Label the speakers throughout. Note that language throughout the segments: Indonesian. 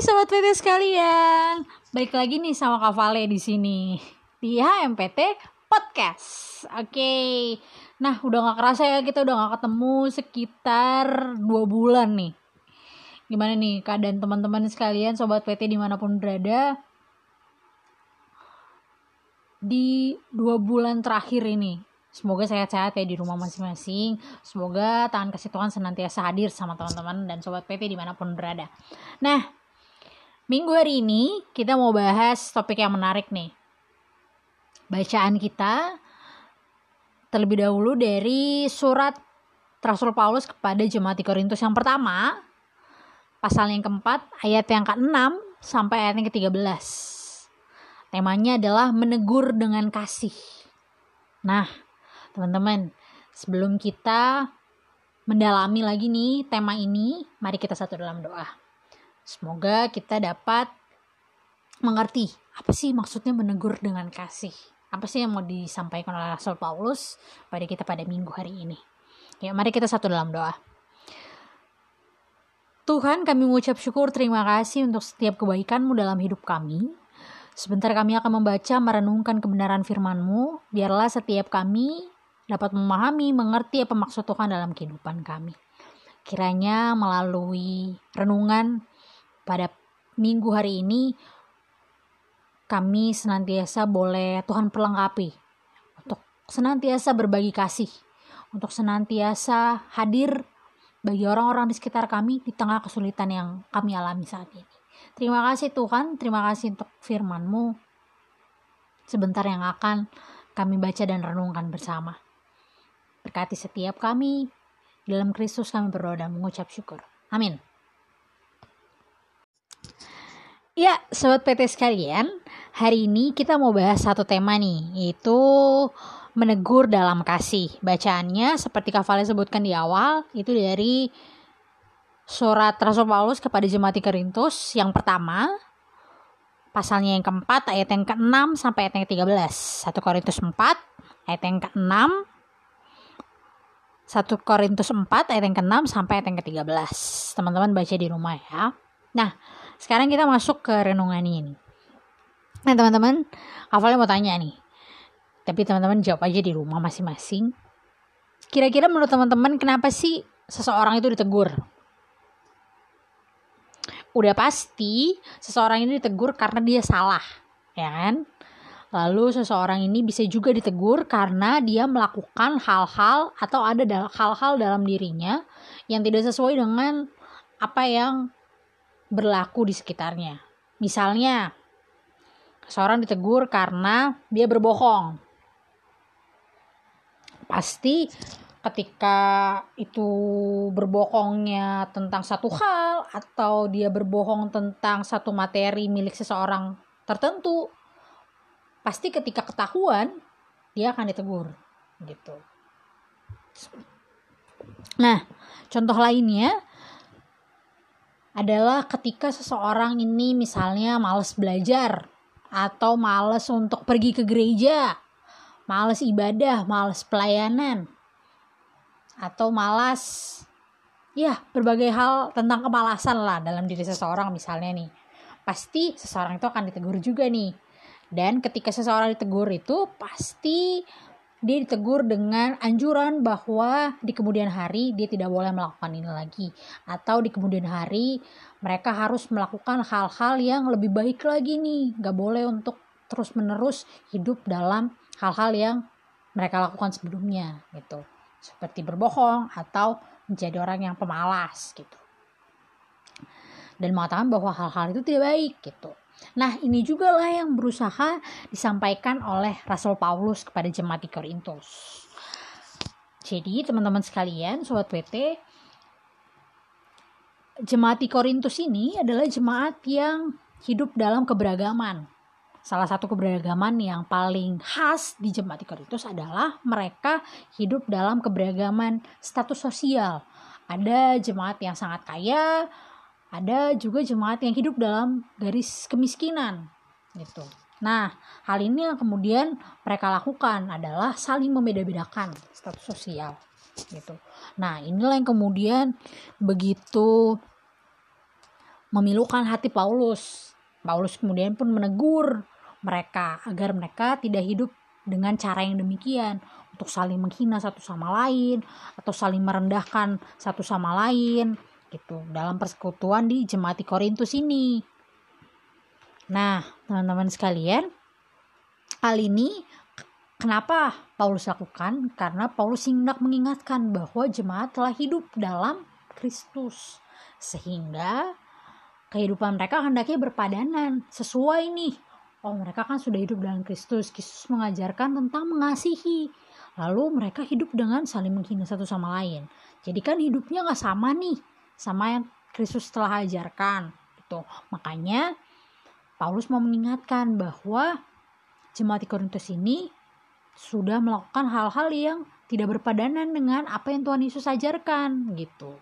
Speaker 1: Sobat PT sekalian, balik lagi nih sama Kak Vale di sini di HMPT Podcast. Oke, nah udah nggak kerasa ya kita udah nggak ketemu sekitar 2 bulan nih. Gimana nih keadaan teman-teman sekalian, Sobat PT dimanapun berada di 2 bulan terakhir ini? Semoga sehat-sehat ya di rumah masing-masing. Semoga tangan kasih Tuhan senantiasa hadir sama teman-teman dan Sobat PT dimanapun berada. Nah, minggu hari ini kita mau bahas topik yang menarik nih. Bacaan kita terlebih dahulu dari surat Rasul Paulus kepada jemaat di Korintus yang pertama, pasal yang keempat, ayat yang ke-6 sampai ayat yang ke-13. Temanya adalah menegur dengan kasih. Nah, teman-teman, sebelum kita mendalami lagi nih tema ini, mari kita satu dalam doa. Semoga kita dapat mengerti apa sih maksudnya menegur dengan kasih. Apa sih yang mau disampaikan oleh Rasul Paulus pada kita pada minggu hari ini. Ya, mari kita satu dalam doa. Tuhan, kami mengucap syukur, terima kasih untuk setiap kebaikan-Mu dalam hidup kami. Sebentar kami akan membaca, merenungkan kebenaran firman-Mu. Biarlah setiap kami dapat memahami, mengerti apa maksud Tuhan dalam kehidupan kami. Kiranya melalui renungan pada minggu hari ini, kami senantiasa boleh Tuhan perlengkapi untuk senantiasa berbagi kasih, untuk senantiasa hadir bagi orang-orang di sekitar kami di tengah kesulitan yang kami alami saat ini. Terima kasih Tuhan, terima kasih untuk firman-Mu sebentar yang akan kami baca dan renungkan bersama. Berkati setiap kami, dalam Kristus kami berdoa dan mengucap syukur. Amin. Ya, Sobat PT sekalian, hari ini kita mau bahas satu tema nih, yaitu menegur dalam kasih. Bacaannya seperti Kak Vale sebutkan di awal, itu dari surat Rasul Paulus kepada jemaat di Korintus yang pertama, pasalnya yang keempat, ayat yang ke-6 sampai ayat yang ke-13. 1 Korintus 4, ayat yang ke-6, 1 Korintus 4 ayat yang ke-6 sampai ayat yang ke-13. Teman-teman baca di rumah ya. Nah, sekarang kita masuk ke renungan ini. Nah, teman-teman, Kak Vale mau tanya nih. Tapi teman-teman jawab aja di rumah masing-masing. Kira-kira menurut teman-teman kenapa sih seseorang itu ditegur? Udah pasti seseorang ini ditegur karena dia salah, ya kan? Lalu seseorang ini bisa juga ditegur karena dia melakukan hal-hal atau ada hal-hal dalam dirinya yang tidak sesuai dengan apa yang berlaku di sekitarnya. Misalnya, seseorang ditegur karena dia berbohong. Pasti ketika itu berbohongnya tentang satu hal atau dia berbohong tentang satu materi milik seseorang tertentu, pasti ketika ketahuan dia akan ditegur gitu. Nah, contoh lainnya adalah ketika seseorang ini misalnya malas belajar atau malas untuk pergi ke gereja, malas ibadah, malas pelayanan, atau malas ya berbagai hal tentang kemalasan lah dalam diri seseorang misalnya nih. Pasti seseorang itu akan ditegur juga nih. Dan ketika seseorang ditegur itu pasti dia ditegur dengan anjuran bahwa di kemudian hari dia tidak boleh melakukan ini lagi. Atau di kemudian hari mereka harus melakukan hal-hal yang lebih baik lagi nih. Gak boleh untuk terus-menerus hidup dalam hal-hal yang mereka lakukan sebelumnya gitu. Seperti berbohong atau menjadi orang yang pemalas gitu. Dan mengatakan bahwa hal-hal itu tidak baik gitu. Nah, ini juga lah yang berusaha disampaikan oleh Rasul Paulus kepada jemaat di Korintus. Jadi, teman-teman sekalian, Sobat PT, jemaat di Korintus ini adalah jemaat yang hidup dalam keberagaman. Salah satu keberagaman yang paling khas di jemaat di Korintus adalah mereka hidup dalam keberagaman status sosial. Ada jemaat yang sangat kaya, ada juga jemaat yang hidup dalam garis kemiskinan gitu. Nah, hal ini yang kemudian mereka lakukan adalah saling membeda-bedakan status sosial gitu. Nah, inilah yang kemudian begitu memilukan hati Paulus. Paulus kemudian pun menegur mereka agar mereka tidak hidup dengan cara yang demikian, untuk saling menghina satu sama lain atau saling merendahkan satu sama lain gitu dalam persekutuan di jemaat di Korintus ini. Nah, teman-teman sekalian, hal ini kenapa Paulus lakukan? Karena Paulus hendak mengingatkan bahwa jemaat telah hidup dalam Kristus, sehingga kehidupan mereka hendaknya berpadanan sesuai nih. Oh, mereka kan sudah hidup dalam Kristus. Kristus mengajarkan tentang mengasihi. Lalu mereka hidup dengan saling menghina satu sama lain. Jadi kan hidupnya gak sama nih sama yang Kristus telah ajarkan. Gitu. Makanya Paulus mau mengingatkan bahwa jemaat di Korintus ini sudah melakukan hal-hal yang tidak berpadanan dengan apa yang Tuhan Yesus ajarkan gitu.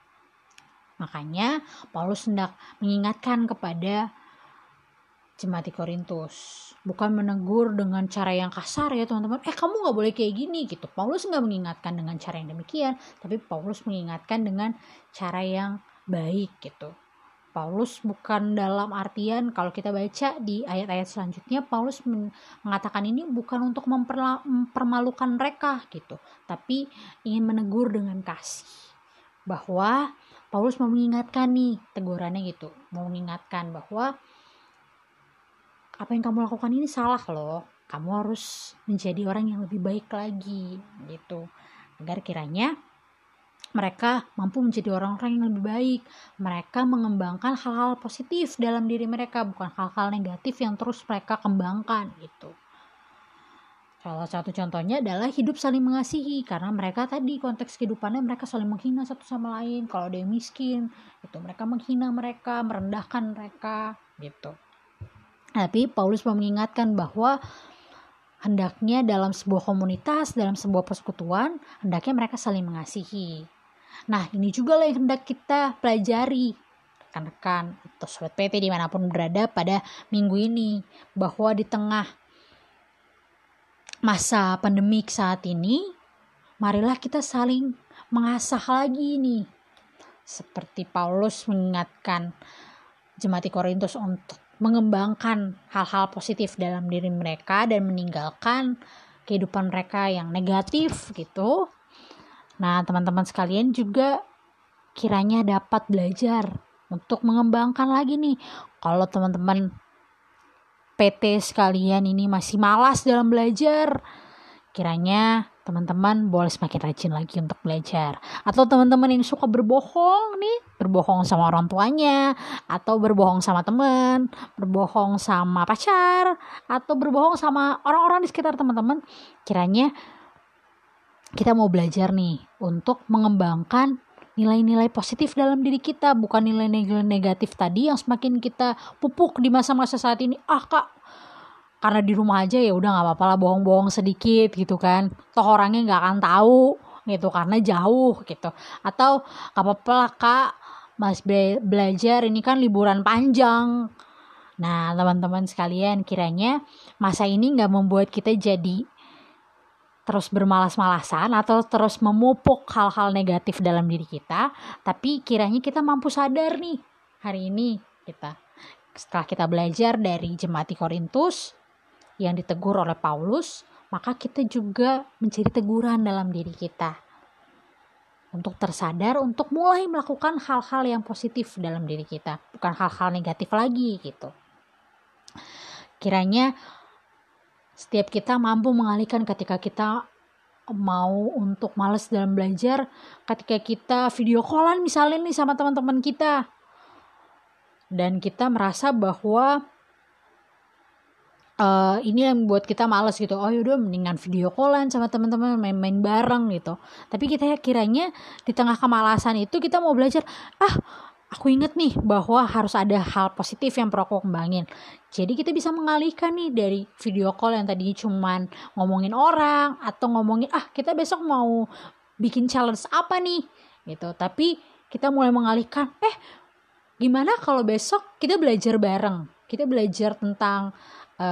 Speaker 1: Makanya Paulus hendak mengingatkan kepada jemaat di Korintus, bukan menegur dengan cara yang kasar ya teman-teman. Kamu gak boleh kayak gini gitu. Paulus gak mengingatkan dengan cara yang demikian, tapi Paulus mengingatkan dengan cara yang baik gitu. Paulus bukan dalam artian, kalau kita baca di ayat-ayat selanjutnya, Paulus mengatakan ini bukan untuk mempermalukan mereka gitu, tapi ingin menegur dengan kasih. Bahwa Paulus mau mengingatkan nih, tegurannya gitu, mau mengingatkan bahwa apa yang kamu lakukan ini salah loh. Kamu harus menjadi orang yang lebih baik lagi gitu. Agar kiranya mereka mampu menjadi orang-orang yang lebih baik. Mereka mengembangkan hal-hal positif dalam diri mereka, bukan hal-hal negatif yang terus mereka kembangkan gitu. Salah satu contohnya adalah hidup saling mengasihi, karena mereka tadi konteks kehidupannya mereka saling menghina satu sama lain. Kalau ada yang miskin, itu mereka menghina mereka, merendahkan mereka gitu. Tapi Paulus mau mengingatkan bahwa hendaknya dalam sebuah komunitas, dalam sebuah persekutuan, hendaknya mereka saling mengasihi. Nah, ini juga lah yang hendak kita pelajari, rekan-rekan atau sobat PT dimanapun berada pada minggu ini, bahwa di tengah masa pandemik saat ini, marilah kita saling mengasah lagi nih. Seperti Paulus mengingatkan jemaat di Korintus untuk mengembangkan hal-hal positif dalam diri mereka dan meninggalkan kehidupan mereka yang negatif gitu. Nah, teman-teman sekalian juga kiranya dapat belajar untuk mengembangkan lagi nih. Kalau teman-teman PT sekalian ini masih malas dalam belajar, kiranya teman-teman boleh semakin rajin lagi untuk belajar. Atau teman-teman yang suka berbohong nih, berbohong sama orang tuanya, atau berbohong sama teman, berbohong sama pacar, atau berbohong sama orang-orang di sekitar teman-teman, kiranya kita mau belajar nih untuk mengembangkan nilai-nilai positif dalam diri kita, bukan nilai-nilai negatif tadi yang semakin kita pupuk di masa-masa saat ini. Kak, karena di rumah aja ya udah nggak apa-apa lah bohong-bohong sedikit gitu kan, toh orangnya nggak akan tahu gitu karena jauh gitu. Atau nggak apa-apa lah kak, mas belajar ini kan liburan panjang. Nah teman-teman sekalian, kiranya masa ini nggak membuat kita jadi terus bermalas-malasan atau terus memupuk hal-hal negatif dalam diri kita, tapi kiranya kita mampu sadar nih hari ini kita, setelah kita belajar dari jemaat di Korintus yang ditegur oleh Paulus, maka kita juga mencari teguran dalam diri kita untuk tersadar, untuk mulai melakukan hal-hal yang positif dalam diri kita, bukan hal-hal negatif lagi gitu. Kiranya setiap kita mampu mengalihkan ketika kita mau untuk malas dalam belajar, ketika kita video callan misalnya nih sama teman-teman kita, dan kita merasa bahwa ini yang membuat kita malas gitu. Oh yaudah mendingan video callan sama teman-teman, main-main bareng gitu. Tapi kita kiranya di tengah kemalasan itu kita mau belajar, aku inget nih bahwa harus ada hal positif yang perlu aku kembangin. Jadi kita bisa mengalihkan nih dari video call yang tadinya cuman ngomongin orang atau ngomongin kita besok mau bikin challenge apa nih gitu. Tapi kita mulai mengalihkan, gimana kalau besok kita belajar bareng, kita belajar tentang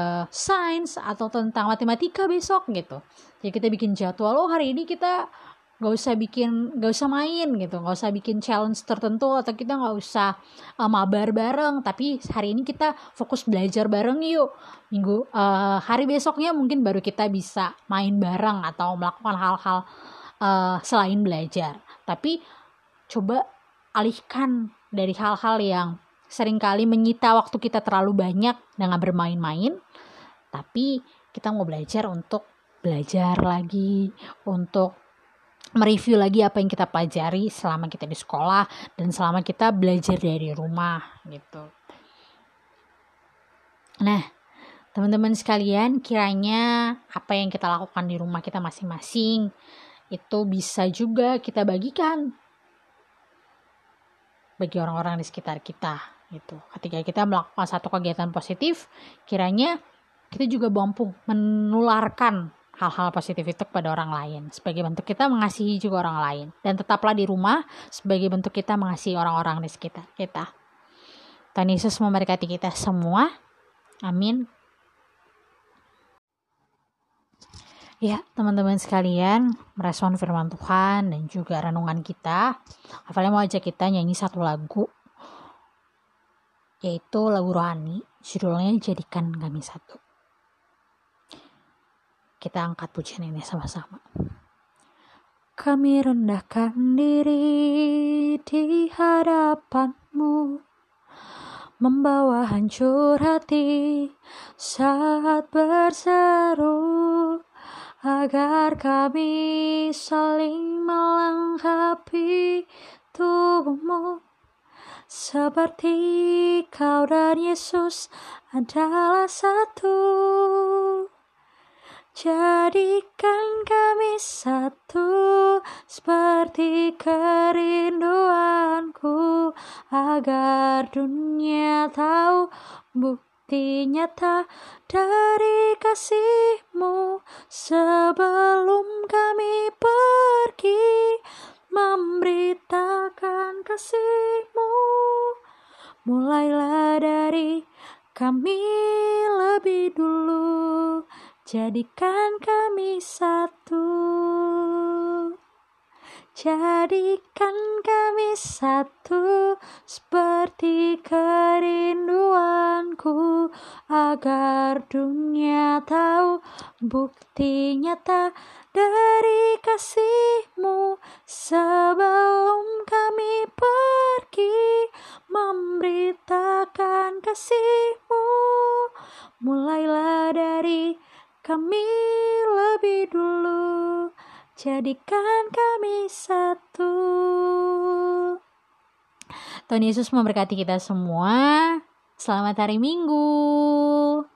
Speaker 1: sains atau tentang matematika besok gitu. Jadi kita bikin jadwal, hari ini kita Gak usah main gitu, gak usah bikin challenge tertentu, atau kita gak usah mabar bareng, tapi hari ini kita fokus belajar bareng yuk. Hari besoknya mungkin baru kita bisa main bareng atau melakukan hal-hal selain belajar. Tapi coba alihkan dari hal-hal yang seringkali menyita waktu kita terlalu banyak dengan bermain-main, tapi kita mau belajar untuk belajar lagi, untuk mereview lagi apa yang kita pelajari selama kita di sekolah dan selama kita belajar dari rumah gitu. Nah, teman-teman sekalian, kiranya apa yang kita lakukan di rumah kita masing-masing itu bisa juga kita bagikan bagi orang-orang di sekitar kita gitu. Ketika kita melakukan satu kegiatan positif, kiranya kita juga mampu menularkan hal-hal positif itu kepada orang lain sebagai bentuk kita mengasihi juga orang lain. Dan tetaplah di rumah sebagai bentuk kita mengasihi orang-orang di sekitar kita. Tuhan Yesus memberkati kita semua. Amin. Ya, teman-teman sekalian, merespon firman Tuhan dan juga renungan kita, Avalnya mau ajak kita nyanyi satu lagu, yaitu lagu rohani, judulnya Jadikan Kami Satu. Kita angkat pujian ini sama-sama. Kami rendahkan diri di hadapan-Mu, membawa hancur hati saat berseru, agar kami saling melengkapi tubuh-Mu, seperti Kau dan Yesus adalah satu. Jadikan kami satu seperti kerinduanku, agar dunia tahu bukti nyata dari kasih-Mu. Sebelum kami pergi memberitakan kasih-Mu, mulailah dari kami lebih dulu. Jadikan kami satu. Jadikan kami satu seperti kerinduanku, agar dunia tahu bukti nyata dari kasih-Mu. Sebelum kami pergi memberitakan kasih-Mu, mulailah dari kami lebih dulu. Jadikan kami satu. Tuhan Yesus memberkati kita semua. Selamat hari Minggu.